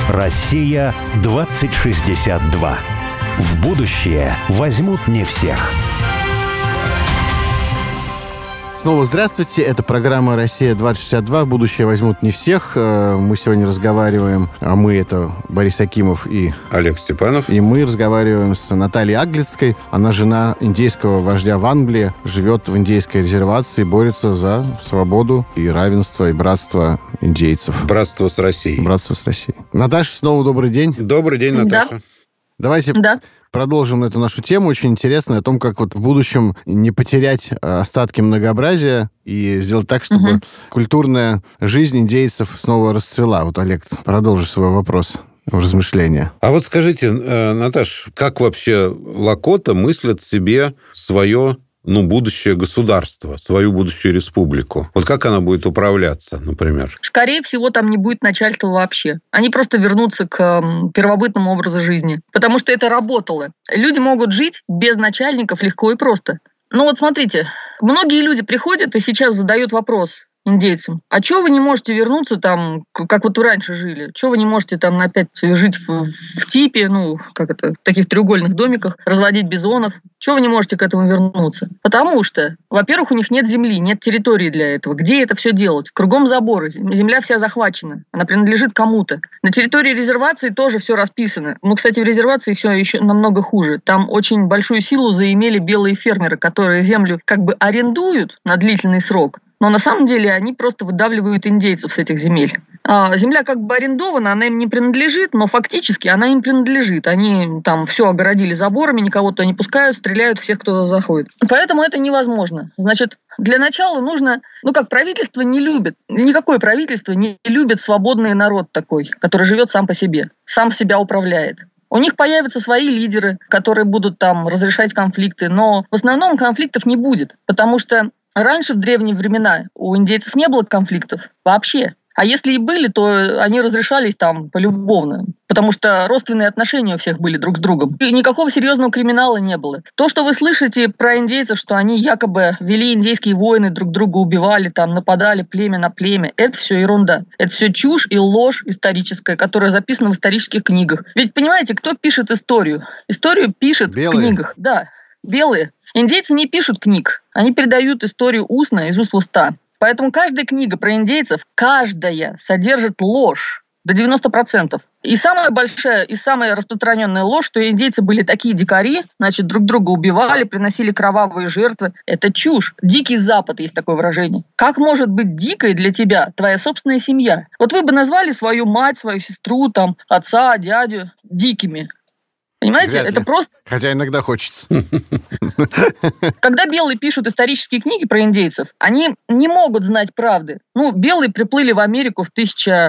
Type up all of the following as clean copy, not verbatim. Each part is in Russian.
Россия 2062. В будущее возьмут не всех. Снова здравствуйте. Это программа «Россия-2062». В будущее возьмут не всех. Мы сегодня разговариваем, это Борис Акимов и Олег Степанов. И мы разговариваем с Натальей Аглицкой. Она жена индейского вождя в Англии, живет в индейской резервации, борется за свободу и равенство, и братство индейцев. Братство с Россией. Братство с Россией. Наташа, снова добрый день. Добрый день, Наташа. Да. Давайте продолжим эту нашу тему, очень интересную, о том, как вот в будущем не потерять остатки многообразия и сделать так, чтобы культурная жизнь индейцев снова расцвела. Вот, Олег, продолжи свой вопрос, размышления. А вот скажите, Наташ, как вообще Лакота мыслят себе свое будущее государство, свою будущую республику? Вот как она будет управляться, например? Скорее всего, там не будет начальства вообще. Они просто вернутся к первобытному образу жизни. Потому что это работало. Люди могут жить без начальников легко и просто. Ну вот смотрите, многие люди приходят и сейчас задают вопрос индейцам: а чего вы не можете вернуться там, как вот вы раньше жили? Чего вы не можете там опять жить в типе, в таких треугольных домиках, разводить бизонов? Чего вы не можете к этому вернуться? Потому что, во-первых, у них нет земли, нет территории для этого. Где это все делать? Кругом заборы, земля вся захвачена, она принадлежит кому-то. На территории резервации тоже все расписано. Кстати, в резервации все еще намного хуже. Там очень большую силу заимели белые фермеры, которые землю как бы арендуют на длительный срок, но на самом деле они просто выдавливают индейцев с этих земель. Земля как бы арендована, она им не принадлежит, но фактически она им принадлежит. Они там все огородили заборами, никого туда не пускают, стреляют всех, кто туда заходит. Поэтому это невозможно. Значит, для начала нужно... правительство не любит, никакое правительство не любит свободный народ такой, который живет сам по себе, сам себя управляет. У них появятся свои лидеры, которые будут там разрешать конфликты, но в основном конфликтов не будет, потому что раньше, в древние времена, у индейцев не было конфликтов вообще. А если и были, то они разрешались там полюбовно, потому что родственные отношения у всех были друг с другом. И никакого серьезного криминала не было. То, что вы слышите про индейцев, что они якобы вели индейские войны, друг друга убивали, там, нападали племя на племя, это все ерунда. Это все чушь и ложь историческая, которая записана в исторических книгах. Ведь, понимаете, кто пишет историю? Историю пишет в книгах. Да, белые. Индейцы не пишут книг, они передают историю устно, из уст в уста. Поэтому каждая книга про индейцев, каждая содержит ложь до 90%. И самая большая, и самая распространенная ложь, что индейцы были такие дикари, друг друга убивали, приносили кровавые жертвы. Это чушь. Дикий Запад, есть такое выражение. Как может быть дикой для тебя твоя собственная семья? Вот вы бы назвали свою мать, свою сестру, отца, дядю дикими. Понимаете, это просто... Хотя иногда хочется. Когда белые пишут исторические книги про индейцев, они не могут знать правды. Белые приплыли в Америку в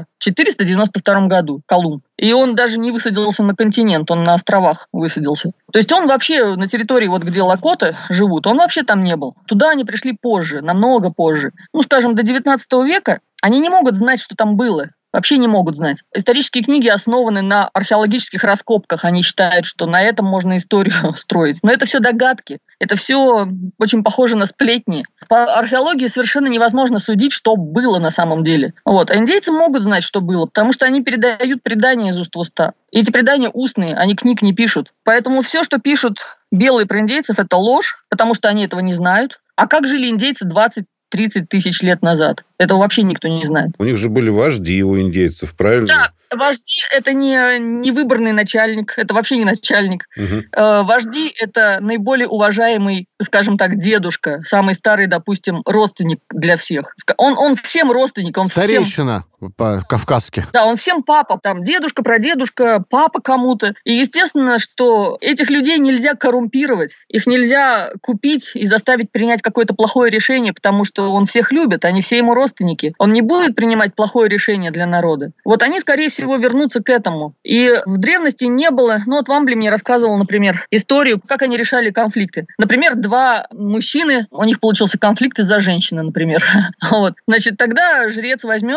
1492 году, Колумб. И он даже не высадился на континент, он на островах высадился. То есть он вообще на территории, где Лакота живут, он вообще там не был. Туда они пришли позже, намного позже. До 19 века они не могут знать, что там было. Вообще не могут знать. Исторические книги основаны на археологических раскопках. Они считают, что на этом можно историю строить. Но это все догадки. Это все очень похоже на сплетни. По археологии совершенно невозможно судить, что было на самом деле. А индейцы могут знать, что было, потому что они передают предания из уст в уста. И эти предания устные, они книг не пишут. Поэтому все, что пишут белые про индейцев, это ложь, потому что они этого не знают. А как жили индейцы 20-30 тысяч лет назад? Этого вообще никто не знает. У них же были вожди у индейцев, правильно? Да, вожди – это не выборный начальник, это вообще не начальник. Вожди – это наиболее уважаемый, скажем так, дедушка, самый старый, допустим, родственник для всех. Он всем родственник. Старейшина по-кавказски. Да, он всем папа. Там дедушка, прадедушка, папа кому-то. И естественно, что этих людей нельзя коррумпировать, их нельзя купить и заставить принять какое-то плохое решение, потому что он всех любит, они все ему родственники. Он не будет принимать плохое решение для народа. Они, скорее всего, вернутся к этому. И в древности не было... Вамбли мне рассказывал, например, историю, как они решали конфликты. Например, два мужчины, у них получился конфликт из-за женщины, например. Тогда жрец возьмет их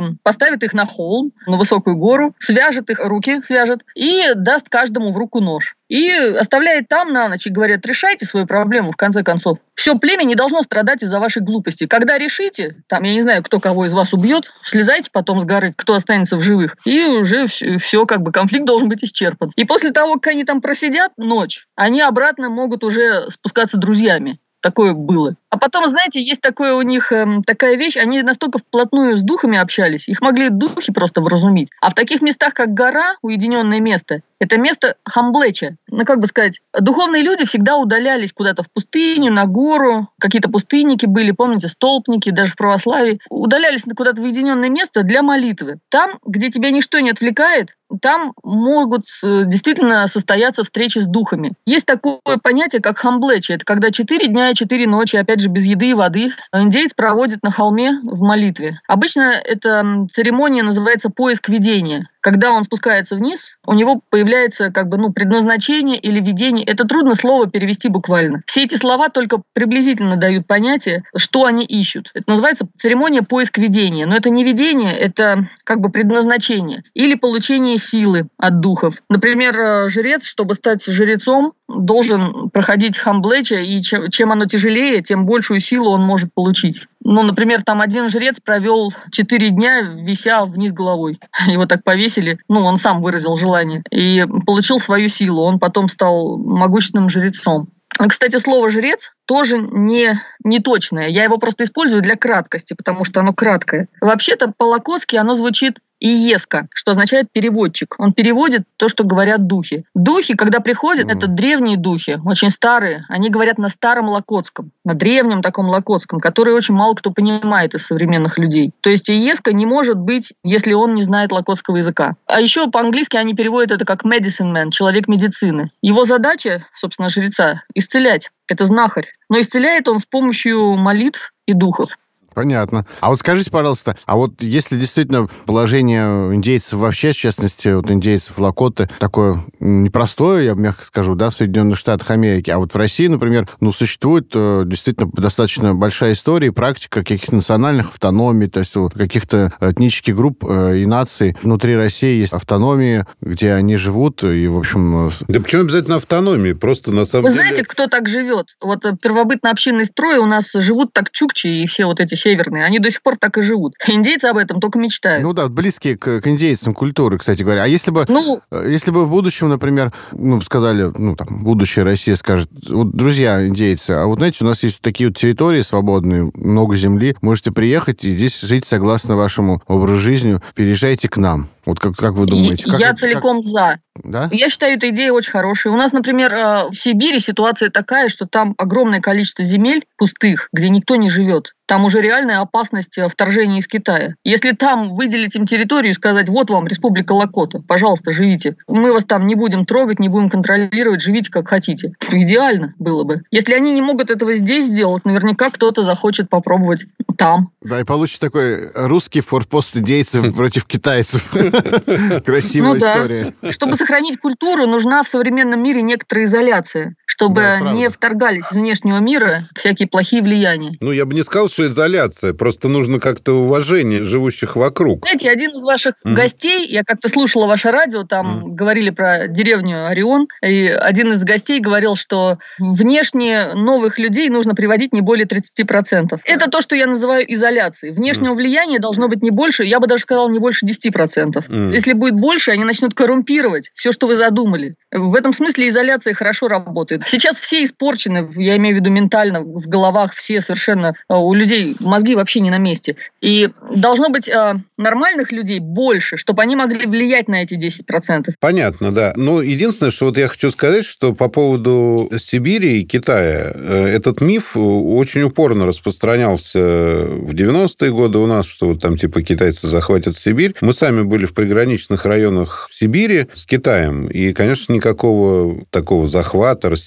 поставит их на холм, на высокую гору, свяжет их, руки свяжет, и даст каждому в руку нож. И оставляет там на ночь и говорят: решайте свою проблему, в конце концов. Все племя не должно страдать из-за вашей глупости. Когда решите, там, я не знаю, кто кого из вас убьет, слезайте потом с горы, кто останется в живых, и уже все, как бы конфликт должен быть исчерпан. И после того, как они там просидят ночь, они обратно могут уже спускаться друзьями. Такое было. А потом, знаете, есть такое у них такая вещь, они настолько вплотную с духами общались, их могли духи просто вразумить. А в таких местах, как гора, уединенное место, это место Хамблеча. Ну, как бы сказать, духовные люди всегда удалялись куда-то в пустыню, на гору, какие-то пустынники были, помните, столпники, даже в православии. Удалялись куда-то в уединенное место для молитвы. Там, где тебя ничто не отвлекает, там могут действительно состояться встречи с духами. Есть такое понятие, как хамблечи. Это когда 4 дня и 4 ночи, опять же, без еды и воды, индеец проводит на холме в молитве. Обычно эта церемония называется поиск видения. Когда он спускается вниз, у него появляется предназначение или видение. Это трудно слово перевести буквально. Все эти слова только приблизительно дают понятие, что они ищут. Это называется церемония поиск видения. Но это не видение, это предназначение или получение силы от духов. Например, жрец, чтобы стать жрецом, должен проходить хамблеча, и чем оно тяжелее, тем большую силу он может получить. Например, там один жрец провел 4 дня, вися вниз головой. Его так повесили. Он сам выразил желание. И получил свою силу. Он потом стал могущественным жрецом. Кстати, слово «жрец» тоже не точное. Я его просто использую для краткости, потому что оно краткое. Вообще-то по-лакотски оно звучит «иеска», что означает «переводчик». Он переводит то, что говорят духи. Духи, когда приходят, это древние духи, очень старые. Они говорят на старом лакотском, на древнем таком лакотском, который очень мало кто понимает из современных людей. То есть «иеска» не может быть, если он не знает лакотского языка. А еще по-английски они переводят это как «medicine man», человек медицины. Его задача, собственно, жреца, исцелять. Это знахарь. Но исцеляет он с помощью молитв и духов. Понятно. А вот скажите, пожалуйста, а вот если действительно положение индейцев вообще, в частности, индейцев Лакоты, такое непростое, я мягко скажу, в Соединенных Штатах Америки, а вот в России, например, существует действительно достаточно большая история и практика каких-то национальных автономий, то есть у каких-то этнических групп и наций внутри России есть автономии, где они живут, и, в общем... Да почему обязательно автономии? Просто на самом деле... Вы знаете, кто так живет? Вот первобытно-общинный строй у нас живут так чукчи и все вот эти северные, они до сих пор так и живут. Индейцы об этом только мечтают. Близкие к индейцам культуры, кстати говоря. А если бы в будущем, например, сказали, будущая Россия скажет: друзья индейцы, а знаете, у нас есть такие территории свободные, много земли, можете приехать и здесь жить согласно вашему образу жизни, переезжайте к нам. Вот как вы думаете? Я целиком за. Да? Я считаю, эта идея очень хорошая. У нас, например, в Сибири ситуация такая, что там огромное количество земель пустых, где никто не живет. Там уже реальная опасность вторжения из Китая. Если там выделить им территорию и сказать: вот вам Республика Лакота, пожалуйста, живите. Мы вас там не будем трогать, не будем контролировать, живите как хотите. Идеально было бы. Если они не могут этого здесь сделать, наверняка кто-то захочет попробовать там. Да, и получится такой русский форпост индейцев против китайцев. Красивая история. Чтобы сохранить культуру, нужна в современном мире некоторая изоляция, чтобы не вторгались из внешнего мира всякие плохие влияния. Я бы не сказал, что изоляция, просто нужно как-то уважение живущих вокруг. Знаете, один из ваших гостей, я как-то слушала ваше радио, там говорили про деревню Орион, и один из гостей говорил, что внешне новых людей нужно приводить не более 30%. Это то, что я называю изоляцией. Внешнего влияния должно быть не больше, я бы даже сказала, не больше 10%. Если будет больше, они начнут коррумпировать все, что вы задумали. В этом смысле изоляция хорошо работает. Сейчас все испорчены, я имею в виду ментально, в головах все совершенно, у людей мозги вообще не на месте. И должно быть нормальных людей больше, чтобы они могли влиять на эти 10%. Понятно, да. Единственное, что я хочу сказать, что по поводу Сибири и Китая, этот миф очень упорно распространялся в 90-е годы у нас, что там китайцы захватят Сибирь. Мы сами были в приграничных районах Сибири с Китаем, и, конечно, никакого такого захвата, расселения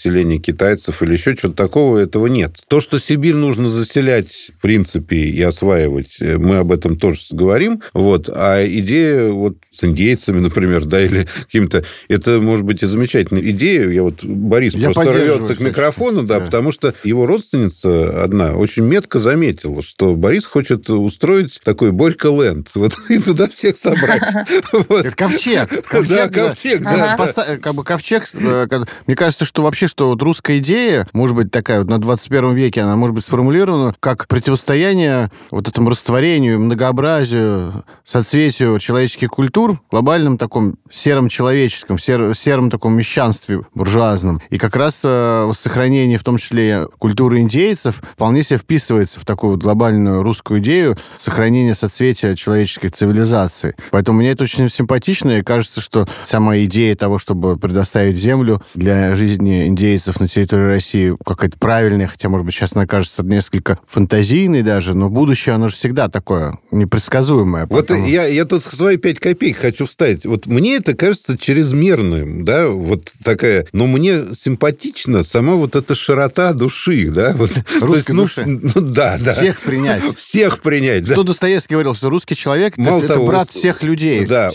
расселение китайцев или еще что-то такого, этого нет. То, что Сибирь нужно заселять, в принципе, и осваивать, мы об этом тоже говорим. Вот. А идея вот с индейцами, например, да, или каким-то... Это, может быть, и замечательная идея. Борис просто рвется к микрофону, да, потому что его родственница одна очень метко заметила, что Борис хочет устроить такой Борька-ленд. Вот и туда всех собрать. Это ковчег. Да, ковчег, да. Как бы ковчег. Мне кажется, что вообще, что вот русская идея, может быть, такая вот на 21 веке, она может быть сформулирована как противостояние вот этому растворению, многообразию, соцветию человеческих культур, глобальном таком сером человеческом, сером таком мещанстве буржуазном. И как раз сохранение, в том числе, культуры индейцев, вполне себе вписывается в такую вот глобальную русскую идею сохранения соцветия человеческой цивилизации. Поэтому мне это очень симпатично, и кажется, что сама идея того, чтобы предоставить землю для жизни индейцев на территории России, какая-то правильная, хотя, может быть, сейчас она кажется несколько фантазийной даже, но будущее, оно же всегда такое непредсказуемое. Вот я тут свои 5 копеек хочу вставить. Вот мне это кажется чрезмерным, да, вот такая... Но мне симпатична сама вот эта широта души, да. Вот, русской души. Да. Всех принять. Всех принять, да. Что Достоевский говорил, что русский человек это брат всех людей. Да.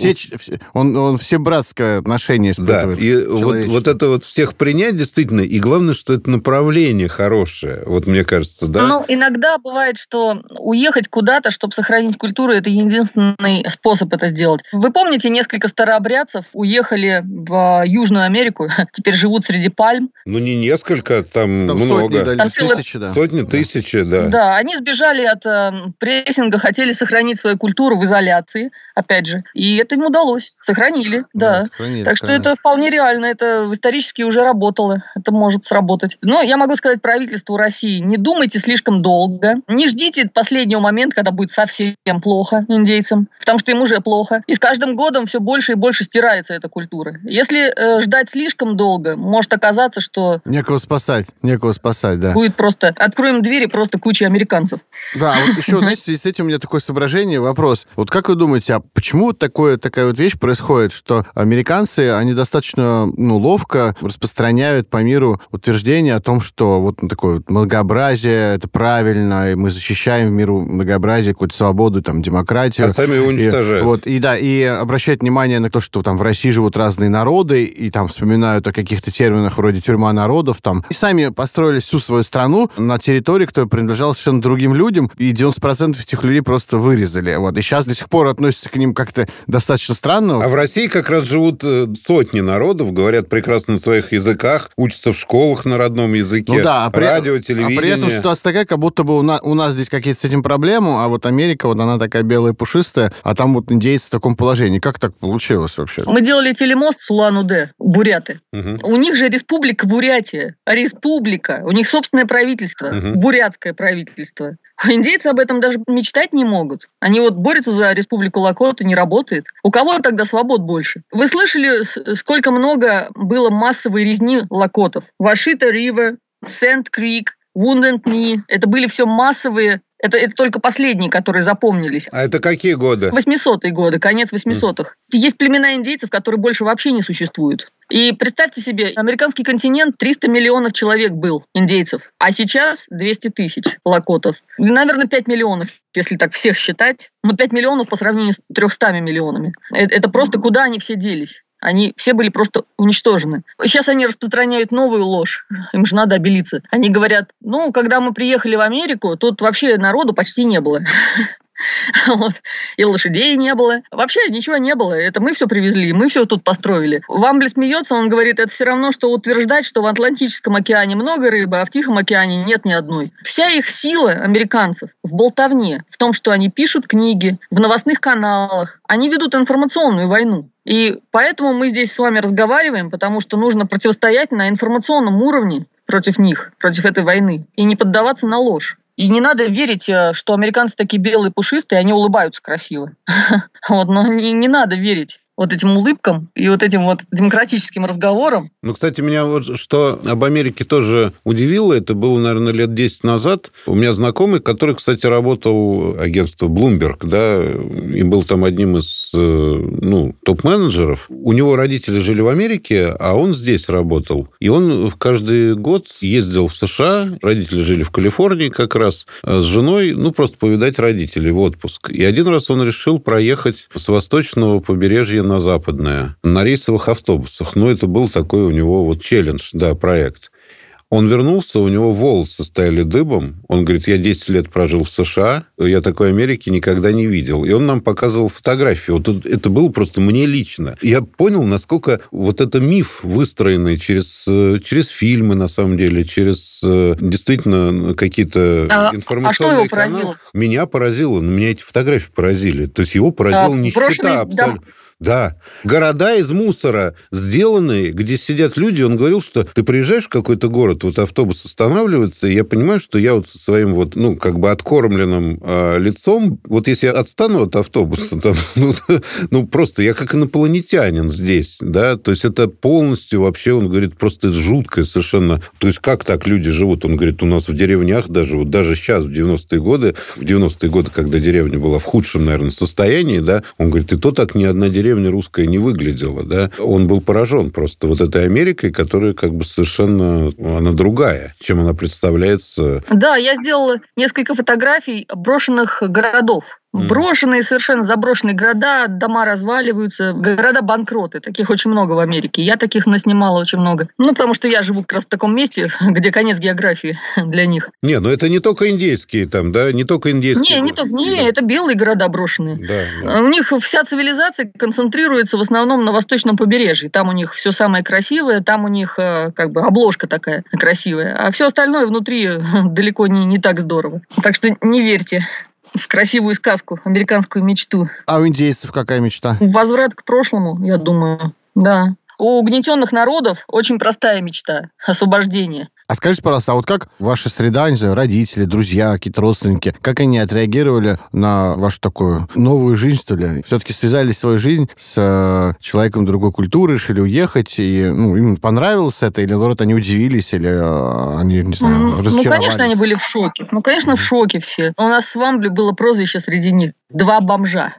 Он все братское отношение испытывает. Да, и вот это вот всех принять действительно, и главное, что это направление хорошее, вот мне кажется, да. Ну, иногда бывает, что уехать куда-то, чтобы сохранить культуру, это единственный способ это сделать. Вы помните, несколько старообрядцев уехали в Южную Америку, теперь живут среди пальм. Ну, не несколько, там много. Тысячи, да. Сотни, тысячи, да. Да, они сбежали от прессинга, хотели сохранить свою культуру в изоляции, опять же, и это им удалось. Сохранили, да. Так что это вполне реально, это исторически уже работало, это может сработать. Но я могу сказать правительству России, не думайте слишком долго, не ждите последнего момента, когда будет совсем плохо индейцам, потому что им уже плохо. И с каждым годом все больше и больше стирается эта культура. Если ждать слишком долго, может оказаться, что... Некого спасать, да. Будет просто... Откроем двери, просто куча американцев. Да, вот еще, знаете, в связи с этим у меня такое соображение, вопрос. Вот как вы думаете, а почему такая вот вещь происходит, что американцы, они достаточно ловко распространяют по миру утверждение о том, что вот такое вот многообразие, это правильно, и мы защищаем в миру многообразие, какую-то свободу, там, демократию. А сами его уничтожают. И обращать внимание на то, что там в России живут разные народы, и там вспоминают о каких-то терминах вроде «тюрьма народов», там, и сами построили всю свою страну на территории, которая принадлежала совершенно другим людям, и 90% этих людей просто вырезали. Вот. И сейчас до сих пор относятся к ним как-то достаточно странно. А в России как раз живут сотни народов, говорят прекрасно на своих языках, учатся в школах на родном языке, радио, телевидение. А при этом ситуация такая, как будто бы у нас здесь какие-то с этим проблемы, а вот Америка, вот она такая белая, пушистая, а там вот индейцы в таком положении. Как так получилось вообще? Мы делали телемост с Улан-Удэ, буряты. Угу. У них же республика Бурятия. Республика. У них собственное правительство. Бурятское правительство. Индейцы об этом даже мечтать не могут. Они вот борются за республику Лакота, не работает. У кого тогда свобод больше? Вы слышали, сколько много было массовой резни лакотов? Вашита-Ривер, Сент-Крик, Вундент-Ни. Это были все массовые... Это только последние, которые запомнились. А это какие годы? 800-е годы, конец 800-х. Есть племена индейцев, которые больше вообще не существуют. И представьте себе, американский континент 300 миллионов человек был, индейцев, а сейчас 200 тысяч лакотов. Наверное, 5 миллионов, если так всех считать. Но 5 миллионов по сравнению с 300 миллионами. Это просто куда они все делись? Они все были просто уничтожены. Сейчас они распространяют новую ложь. Им же надо обелиться. Они говорят, когда мы приехали в Америку, тут вообще народу почти не было. Вот. И лошадей не было. Вообще ничего не было. Это мы все привезли, мы все тут построили. Вамбли смеется, он говорит, это все равно, что утверждать, что в Атлантическом океане много рыбы, а в Тихом океане нет ни одной. Вся их сила, американцев, в болтовне, в том, что они пишут книги, в новостных каналах. Они ведут информационную войну. И поэтому мы здесь с вами разговариваем, потому что нужно противостоять на информационном уровне против них, против этой войны, и не поддаваться на ложь. И не надо верить, что американцы такие белые, пушистые, они улыбаются красиво. Но не надо верить. вот этим улыбкам и вот этим вот демократическим разговорам. Ну, кстати, меня вот что об Америке тоже удивило, это было, наверное, лет 10 назад. У меня знакомый, который, кстати, работал в агентстве Bloomberg, да, и был там одним из топ-менеджеров. У него родители жили в Америке, а он здесь работал. И он каждый год ездил в США, родители жили в Калифорнии как раз, с женой, просто повидать родителей в отпуск. И один раз он решил проехать с восточного побережья на западное на рейсовых автобусах. Это был такой у него вот челлендж, да, проект. Он вернулся, у него волосы стояли дыбом. Он говорит, я 10 лет прожил в США, я такой Америки никогда не видел. И он нам показывал фотографии. Вот это было просто мне лично. Я понял, насколько вот это миф, выстроенный через фильмы, на самом деле, через действительно какие-то информационные что его каналы. поразило? Меня поразило, меня эти фотографии поразили. То есть его поразила нищета абсолютно. Да. Города из мусора сделанные, где сидят люди. Он говорил, что ты приезжаешь в какой-то город, вот автобус останавливается, и я понимаю, что я вот со своим вот, откормленным лицом, вот если я отстану от автобуса, там, просто я как инопланетянин здесь, да, то есть это полностью вообще, он говорит, просто жуткое совершенно. То есть как так люди живут? Он говорит, у нас в деревнях даже сейчас, в 90-е годы, когда деревня была в худшем, наверное, состоянии, да, он говорит, и то так ни одна деревня русская не выглядела, да. Он был поражен просто вот этой Америкой, которая как бы совершенно, она другая, чем она представляется. Да, я сделала несколько фотографий брошенных городов. Брошенные, совершенно заброшенные города, дома разваливаются, города-банкроты. Таких очень много в Америке. Я таких наснимала очень много. Потому что я живу как раз в таком месте, где конец географии для них. Это не только индейские там, да? Не только индейские. Это белые города брошенные. Да. У них вся цивилизация концентрируется в основном на восточном побережье. Там у них все самое красивое, там у них как бы обложка такая красивая. А все остальное внутри далеко не так здорово. Так что не верьте в красивую сказку, американскую мечту. А у индейцев какая мечта? Возврат к прошлому, я думаю, да. У угнетенных народов очень простая мечта – освобождение. А скажите, пожалуйста, а вот как ваша среда, не знаю, родители, друзья, какие-то родственники, как они отреагировали на вашу такую новую жизнь, что ли? Все-таки связали свою жизнь с человеком другой культуры, решили уехать, и им понравилось это, или, наоборот, они удивились, или они, не знаю, разочаровались? Конечно, они были в шоке. Конечно, в шоке все. У нас с Вамбли было прозвище среди них – 2 бомжа.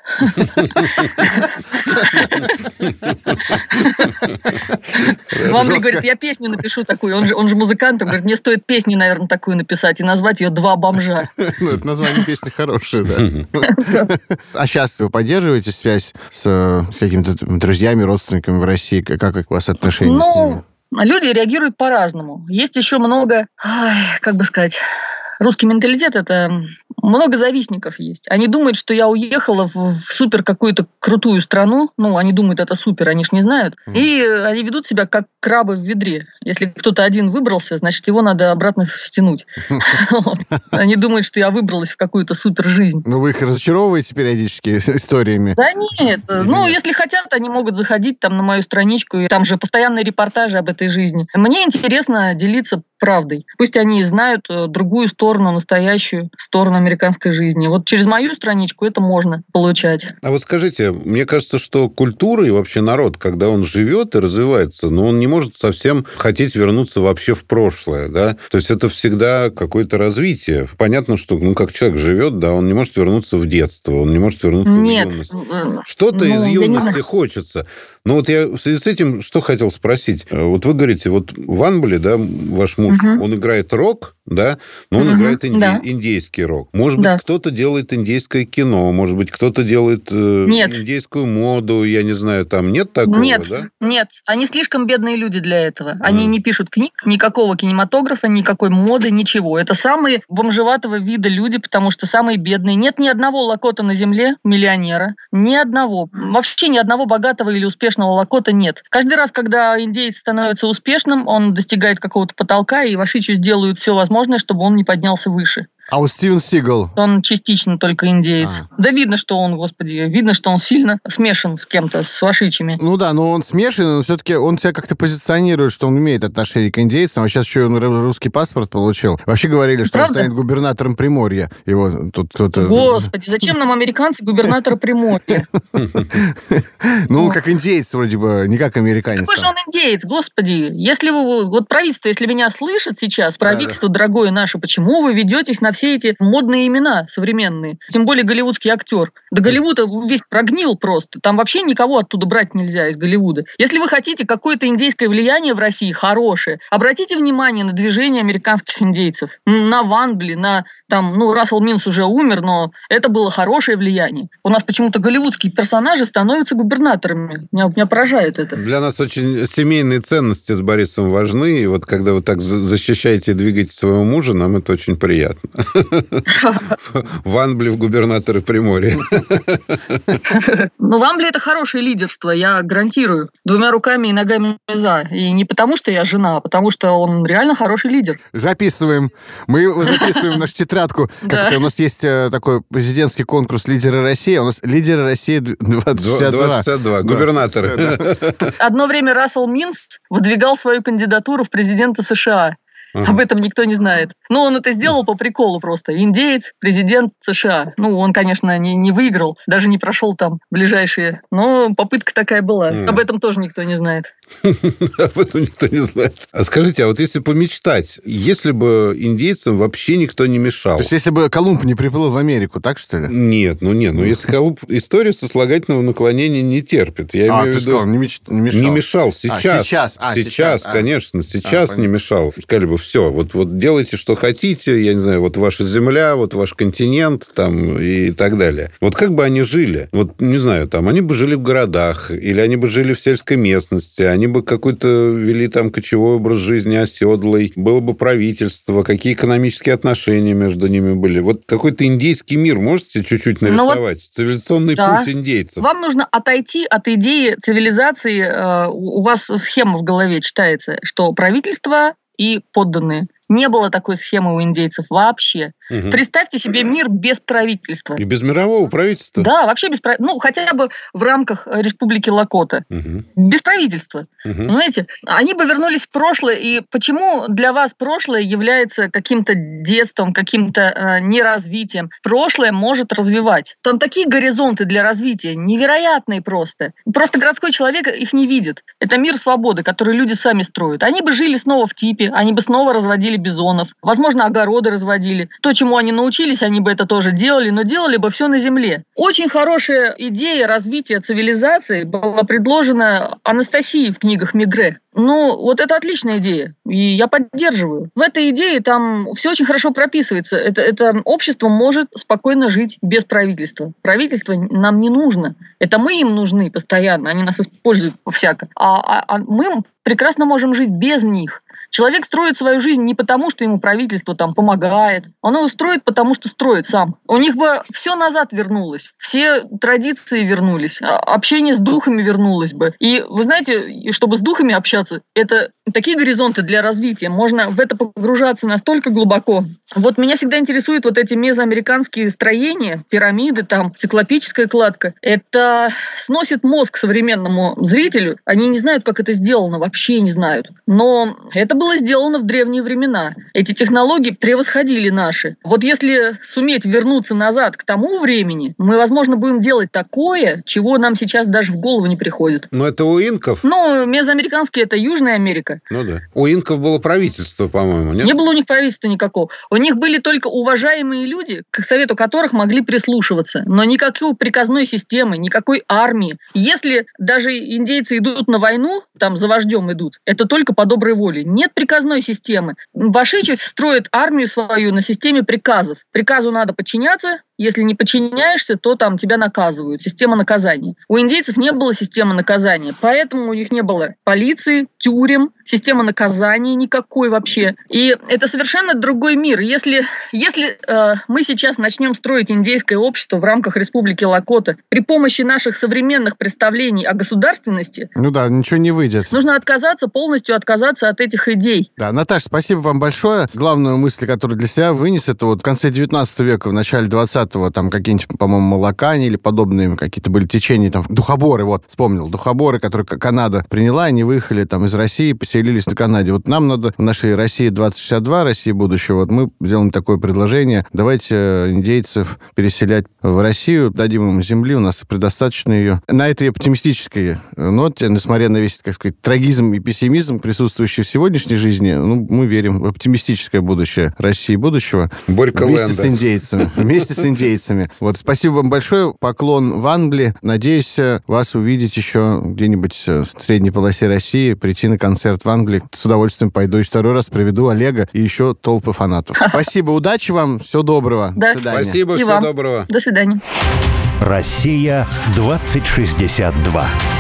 Вамбли говорит, я песню напишу такую, он же музыкант, он говорит, мне стоит песню, наверное, такую написать и назвать ее «2 бомжа». Это название песни хорошее, да. А сейчас вы поддерживаете связь с какими-то друзьями, родственниками в России? Как у вас отношения с ними? Люди реагируют по-разному. Есть еще много, русский менталитет – это много завистников есть. Они думают, что я уехала в супер какую-то крутую страну. Они думают, это супер, они ж не знают. И они ведут себя как крабы в ведре. Если кто-то один выбрался, значит, его надо обратно стянуть. Они думают, что я выбралась в какую-то супер жизнь. Вы их разочаровываете периодически историями? Да нет. Если хотят, они могут заходить там на мою страничку, и там же постоянные репортажи об этой жизни. Мне интересно делиться правдой. Пусть они знают другую сторону, настоящую сторону американской жизни. Вот через мою страничку это можно получать. А вот скажите, мне кажется, что культура и вообще народ, когда он живет и развивается, он не может совсем хотеть вернуться вообще в прошлое, да? То есть это всегда какое-то развитие. Понятно, что, как человек живет, да, он не может вернуться в детство, он не может вернуться в юность. Что-то из юности хочется. Но вот я в связи с этим что хотел спросить. Вот вы говорите, вот Вамбли, да, ваш муж, он играет рок, да, но он играет индейский рок. Может быть, кто-то делает индейское кино, может быть, кто-то делает индейскую моду, я не знаю, там нет такого, да? Нет, они слишком бедные люди для этого. Они не пишут книг, никакого кинематографа, никакой моды, ничего. Это самые бомжеватого вида люди, потому что самые бедные. Нет ни одного лакота на земле, миллионера, ни одного. Вообще ни одного богатого или успешного лакота нет. Каждый раз, когда индеец становится успешным, он достигает какого-то потолка, и вашичи делают все возможное, чтобы он не поднялся выше. А вот Стивен Сигал? Он частично только индеец. Да видно, что он, господи, видно, что он сильно смешан с кем-то, с вашичами. Ну да, но он смешан, но все-таки он себя как-то позиционирует, что он имеет отношение к индейцам, а сейчас еще он русский паспорт получил. Вообще говорили, что Правда? он станет губернатором Приморья. Его тут кто-то... Господи, зачем нам американцы губернатора Приморья? Ну, как индейец вроде бы, не как американец. Какой же он индеец, господи. Если вы, вот правительство, если меня слышит сейчас, правительство дорогое наше, почему вы ведетесь на все эти модные имена современные? Тем более голливудский актер. Да Голливуд весь прогнил просто. Там вообще никого оттуда брать нельзя из Голливуда. Если вы хотите какое-то индейское влияние в России, хорошее, обратите внимание на движение американских индейцев. На Ванбли, на там, Рассел Минс уже умер, но это было хорошее влияние. У нас почему-то голливудские персонажи становятся губернаторами. Меня поражает это. Для нас очень семейные ценности с Борисом важны. И вот когда вы так защищаете и двигаете своего мужа, нам это очень приятно. Ванбли в губернаторы Приморья. Ванбли это хорошее лидерство, я гарантирую. 2 руками и ногами за. И не потому, что я жена, а потому, что он реально хороший лидер. Записываем. Мы записываем нашу тетрадку. Как это, у нас есть такой президентский конкурс «Лидеры России». У нас «Лидеры России 2062». Губернаторы. Одно время Рассел Минс выдвигал свою кандидатуру в президенты США. Об этом никто не знает. Но он это сделал по приколу просто. Индеец, президент США. Он, конечно, не выиграл, даже не прошел там ближайшие. Но попытка такая была. Об этом тоже никто не знает. Об этом никто не знает. А скажите, а вот если помечтать, если бы индейцам вообще никто не мешал... То есть, если бы Колумб не приплыл в Америку, так что ли? Нет. Если Колумб... История сослагательного наклонения не терпит. Я имею в виду... Сказал, не мешал? Не мешал. Сейчас. Сейчас, конечно. Сейчас не мешал. Сказали бы, все, вот делайте, что хотите, я не знаю, вот ваша земля, вот ваш континент там и так далее. Вот как бы они жили? Вот, не знаю, там, они бы жили в городах, или они бы жили в сельской местности, они бы какой-то вели там кочевой образ жизни оседлый, было бы правительство, какие экономические отношения между ними были. Вот какой-то индейский мир можете чуть-чуть нарисовать? Цивилизационный путь индейцев. Вам нужно отойти от идеи цивилизации. У вас схема в голове читается, что правительство и подданные. Не было такой схемы у индейцев вообще. Представьте себе мир без правительства. И без мирового правительства? Да, вообще без правительства. Хотя бы в рамках Республики Лакота. Без правительства. Понимаете? Они бы вернулись в прошлое. И почему для вас прошлое является каким-то детством, каким-то неразвитием? Прошлое может развивать. Там такие горизонты для развития невероятные просто. Просто городской человек их не видит. Это мир свободы, который люди сами строят. Они бы жили снова в типе, они бы снова разводили бизонов, возможно, огороды разводили. То, чему они научились, они бы это тоже делали, но делали бы все на земле. Очень хорошая идея развития цивилизации была предложена Анастасией в книгах Мегре. Вот это отличная идея, и я поддерживаю. В этой идее там все очень хорошо прописывается. Это общество может спокойно жить без правительства. Правительство нам не нужно. Это мы им нужны постоянно, они нас используют всяко. А мы прекрасно можем жить без них. Человек строит свою жизнь не потому, что ему правительство там помогает. Он его строит, потому что строит сам. У них бы все назад вернулось. Все традиции вернулись. Общение с духами вернулось бы. И вы знаете, чтобы с духами общаться, это такие горизонты для развития. Можно в это погружаться настолько глубоко. Вот меня всегда интересуют вот эти мезоамериканские строения, пирамиды, там, циклопическая кладка. Это сносит мозг современному зрителю. Они не знают, как это сделано, вообще не знают. Но это было сделано в древние времена. Эти технологии превосходили наши. Вот если суметь вернуться назад к тому времени, мы, возможно, будем делать такое, чего нам сейчас даже в голову не приходит. Но это у инков? Мезоамериканские – это Южная Америка. Да. У инков было правительство, по-моему, нет? Не было у них правительства никакого. У них были только уважаемые люди, к совету которых могли прислушиваться. Но никакой приказной системы, никакой армии. Если даже индейцы идут на войну, там за вождем идут, это только по доброй воле. Нет приказной системы. Вашичи строят армию свою на системе приказов. Приказу надо подчиняться, если не подчиняешься, то там тебя наказывают. Система наказания. У индейцев не было системы наказания, поэтому у них не было полиции, тюрем, системы наказания никакой вообще. И это совершенно другой мир. Если мы сейчас начнем строить индейское общество в рамках Республики Лакота при помощи наших современных представлений о государственности, ничего не выйдет. Нужно полностью отказаться от этих идей. Да, Наташа, спасибо вам большое. Главную мысль, которую для себя вынес, это в конце 19 века, в начале 20-го, там какие-нибудь, по-моему, молокане или подобные какие-то были течения, там, духоборы, вспомнил, духоборы, которые Канада приняла, они выехали там из России, поселились на Канаде. Нам надо в нашей России 2062, России будущего, мы делаем такое предложение, давайте индейцев переселять в Россию, дадим им земли, у нас предостаточно ее. На этой оптимистической ноте, несмотря на весь, так сказать, трагизм и пессимизм, присутствующий в сегодняшней жизни, мы верим в оптимистическое будущее России будущего. Вместе с индейцами. Спасибо вам большое. Поклон в Англии. Надеюсь, вас увидеть еще где-нибудь в средней полосе России, прийти на концерт в Англии. С удовольствием пойду и второй раз приведу Олега и еще толпы фанатов. Спасибо, удачи вам, всего доброго. Да. До свидания. Спасибо, всего доброго. До свидания. Россия 2062.